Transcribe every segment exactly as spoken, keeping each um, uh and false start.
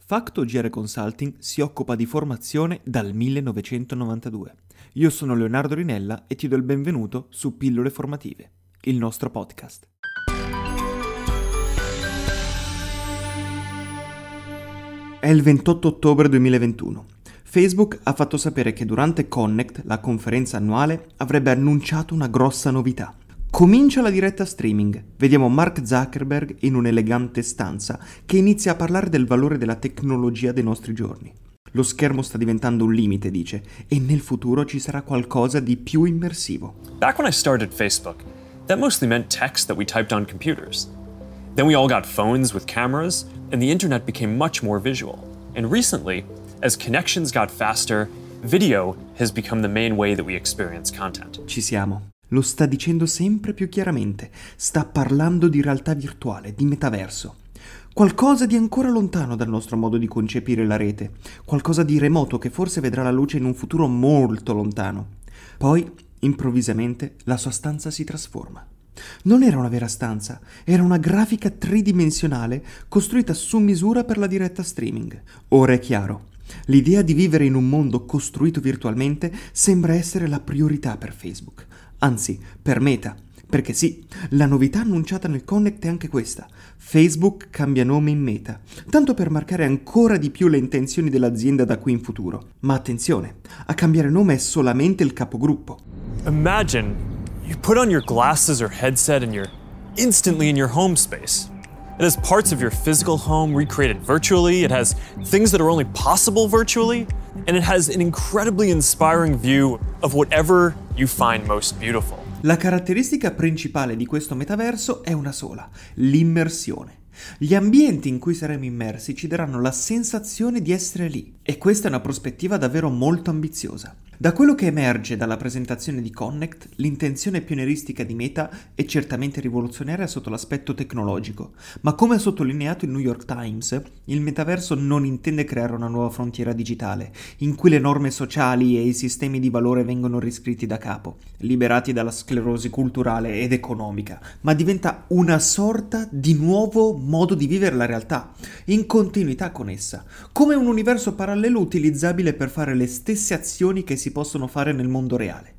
Facto G R Consulting si occupa di formazione dal millenovecentonovantadue. Io sono Leonardo Rinella e ti do il benvenuto su Pillole Formative, il nostro podcast. È il ventotto ottobre duemilaventuno. Facebook ha fatto sapere che durante Connect, la conferenza annuale, avrebbe annunciato una grossa novità. Comincia la diretta streaming. Vediamo Mark Zuckerberg in un'elegante stanza che inizia a parlare del valore della tecnologia dei nostri giorni. Lo schermo sta diventando un limite, dice, e nel futuro ci sarà qualcosa di più immersivo. Back when I started Facebook, that mostly meant text that we typed on computers. Then we all got phones with cameras, and the internet became much more visual. And recently, as connections got faster, video has become the main way that we experience content. Ci siamo. Lo sta dicendo sempre più chiaramente. Sta parlando di realtà virtuale, di metaverso. Qualcosa di ancora lontano dal nostro modo di concepire la rete. Qualcosa di remoto che forse vedrà la luce in un futuro molto lontano. Poi, improvvisamente, la sua stanza si trasforma. Non era una vera stanza, era una grafica tridimensionale costruita su misura per la diretta streaming. Ora è chiaro. L'idea di vivere in un mondo costruito virtualmente sembra essere la priorità per Facebook. Anzi, per Meta. Perché sì, la novità annunciata nel Connect è anche questa. Facebook cambia nome in Meta, tanto per marcare ancora di più le intenzioni dell'azienda da qui in futuro. Ma attenzione, a cambiare nome è solamente il capogruppo. Imagine you put on your glasses or headset and you're instantly in your home space. It has parts of your physical home recreated virtually, it has things that are only possible virtually, and it has an incredibly inspiring view of whatever you find most beautiful. La caratteristica principale di questo metaverso è una sola, l'immersione. Gli ambienti in cui saremo immersi ci daranno la sensazione di essere lì, e questa è una prospettiva davvero molto ambiziosa. Da quello che emerge dalla presentazione di Connect, l'intenzione pionieristica di Meta è certamente rivoluzionaria sotto l'aspetto tecnologico, ma come ha sottolineato il New York Times, il metaverso non intende creare una nuova frontiera digitale, in cui le norme sociali e i sistemi di valore vengono riscritti da capo, liberati dalla sclerosi culturale ed economica, ma diventa una sorta di nuovo modo di vivere la realtà, in continuità con essa, come un universo parallelo utilizzabile per fare le stesse azioni che si possono fare nel mondo reale,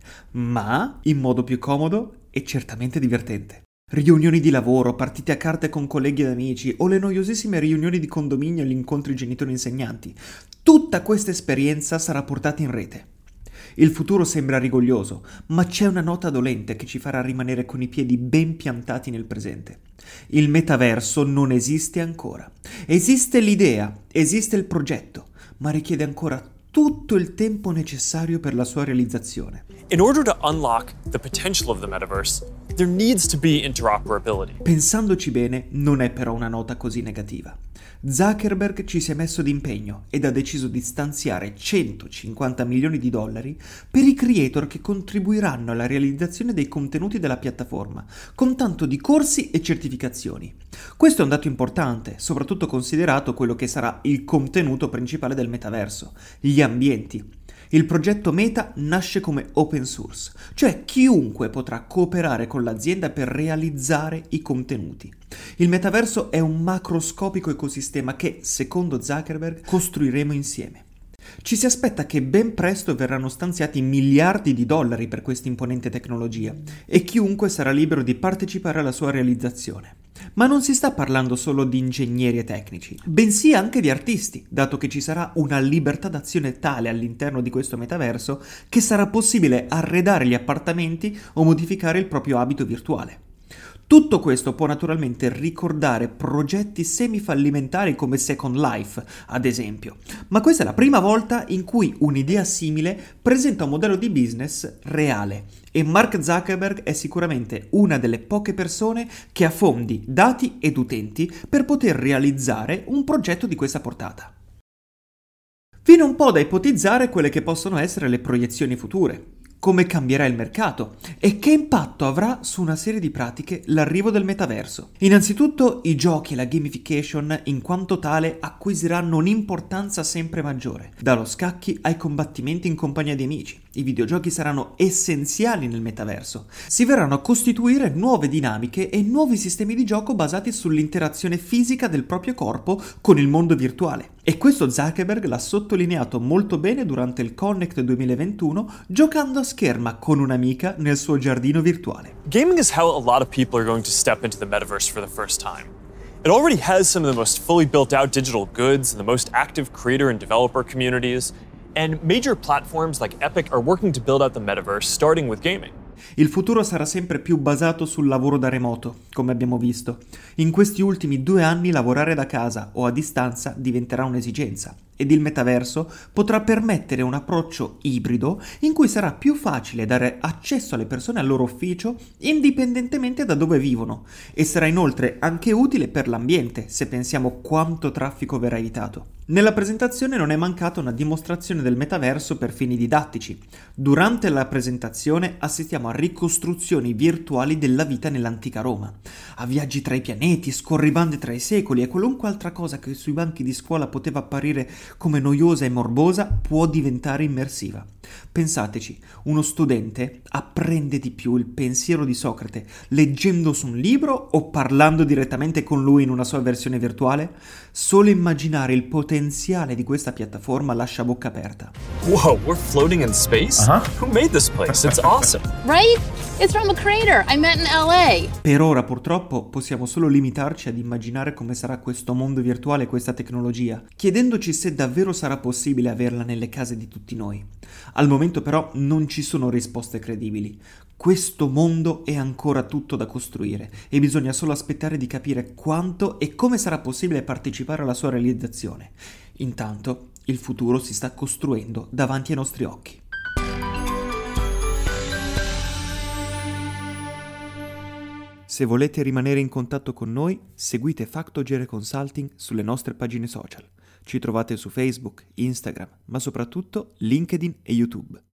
ma in modo più comodo e certamente divertente. Riunioni di lavoro, partite a carte con colleghi ed amici o le noiosissime riunioni di condominio e gli incontri genitori-insegnanti. Tutta questa esperienza sarà portata in rete. Il futuro sembra rigoglioso, ma c'è una nota dolente che ci farà rimanere con i piedi ben piantati nel presente. Il metaverso non esiste ancora. Esiste l'idea, esiste il progetto, ma richiede ancora tutto il tempo necessario per la sua realizzazione. In order to unlock the potential of the metaverse, there needs to be interoperability. Pensandoci bene, non è però una nota così negativa. Zuckerberg ci si è messo d'impegno ed ha deciso di stanziare centocinquanta milioni di dollari per i creator che contribuiranno alla realizzazione dei contenuti della piattaforma, con tanto di corsi e certificazioni. Questo è un dato importante, soprattutto considerato quello che sarà il contenuto principale del metaverso, gli ambienti. Il progetto Meta nasce come open source, cioè chiunque potrà cooperare con l'azienda per realizzare i contenuti. Il metaverso è un macroscopico ecosistema che, secondo Zuckerberg, costruiremo insieme. Ci si aspetta che ben presto verranno stanziati miliardi di dollari per questa imponente tecnologia e chiunque sarà libero di partecipare alla sua realizzazione. Ma non si sta parlando solo di ingegneri e tecnici, bensì anche di artisti, dato che ci sarà una libertà d'azione tale all'interno di questo metaverso che sarà possibile arredare gli appartamenti o modificare il proprio abito virtuale. Tutto questo può naturalmente ricordare progetti semifallimentari come Second Life, ad esempio, ma questa è la prima volta in cui un'idea simile presenta un modello di business reale e Mark Zuckerberg è sicuramente una delle poche persone che ha fondi, dati ed utenti per poter realizzare un progetto di questa portata. Viene un po' da ipotizzare quelle che possono essere le proiezioni future. Come cambierà il mercato e che impatto avrà su una serie di pratiche l'arrivo del metaverso. Innanzitutto i giochi e la gamification in quanto tale acquisiranno un'importanza sempre maggiore, dallo scacchi ai combattimenti in compagnia di amici. I videogiochi saranno essenziali nel metaverso. Si verranno a costituire nuove dinamiche e nuovi sistemi di gioco basati sull'interazione fisica del proprio corpo con il mondo virtuale. E questo Zuckerberg l'ha sottolineato molto bene durante il Connect duemilaventuno giocando a scherma con un'amica nel suo giardino virtuale. Gaming is how a lot of people are going to step into the metaverse for the first time. It already has some of the most fully built out digital goods and the most active creator and developer communities, and major platforms like Epic are working to build out the metaverse, starting with gaming. Il futuro sarà sempre più basato sul lavoro da remoto, come abbiamo visto. In questi ultimi due anni lavorare da casa o a distanza diventerà un'esigenza ed il metaverso potrà permettere un approccio ibrido in cui sarà più facile dare accesso alle persone al loro ufficio indipendentemente da dove vivono e sarà inoltre anche utile per l'ambiente se pensiamo quanto traffico verrà evitato. Nella presentazione non è mancata una dimostrazione del metaverso per fini didattici. Durante la presentazione assistiamo a ricostruzioni virtuali della vita nell'antica Roma, a viaggi tra i pianeti, scorribande tra i secoli e qualunque altra cosa che sui banchi di scuola poteva apparire come noiosa e morbosa può diventare immersiva. Pensateci, uno studente apprende di più il pensiero di Socrate leggendo su un libro o parlando direttamente con lui in una sua versione virtuale? Solo immaginare il potenziale di questa piattaforma lascia bocca aperta. Whoa, we're floating in space? Uh-huh. Who made this place? It's awesome. Right? It's from a creator I met in L A. Per ora purtroppo possiamo solo limitarci ad immaginare come sarà questo mondo virtuale e questa tecnologia, chiedendoci se davvero sarà possibile averla nelle case di tutti noi. Al momento però non ci sono risposte credibili. Questo mondo è ancora tutto da costruire e bisogna solo aspettare di capire quanto e come sarà possibile partecipare alla sua realizzazione. Intanto il futuro si sta costruendo davanti ai nostri occhi. Se volete rimanere in contatto con noi, seguite Factogere Consulting sulle nostre pagine social. Ci trovate su Facebook, Instagram, ma soprattutto LinkedIn e YouTube.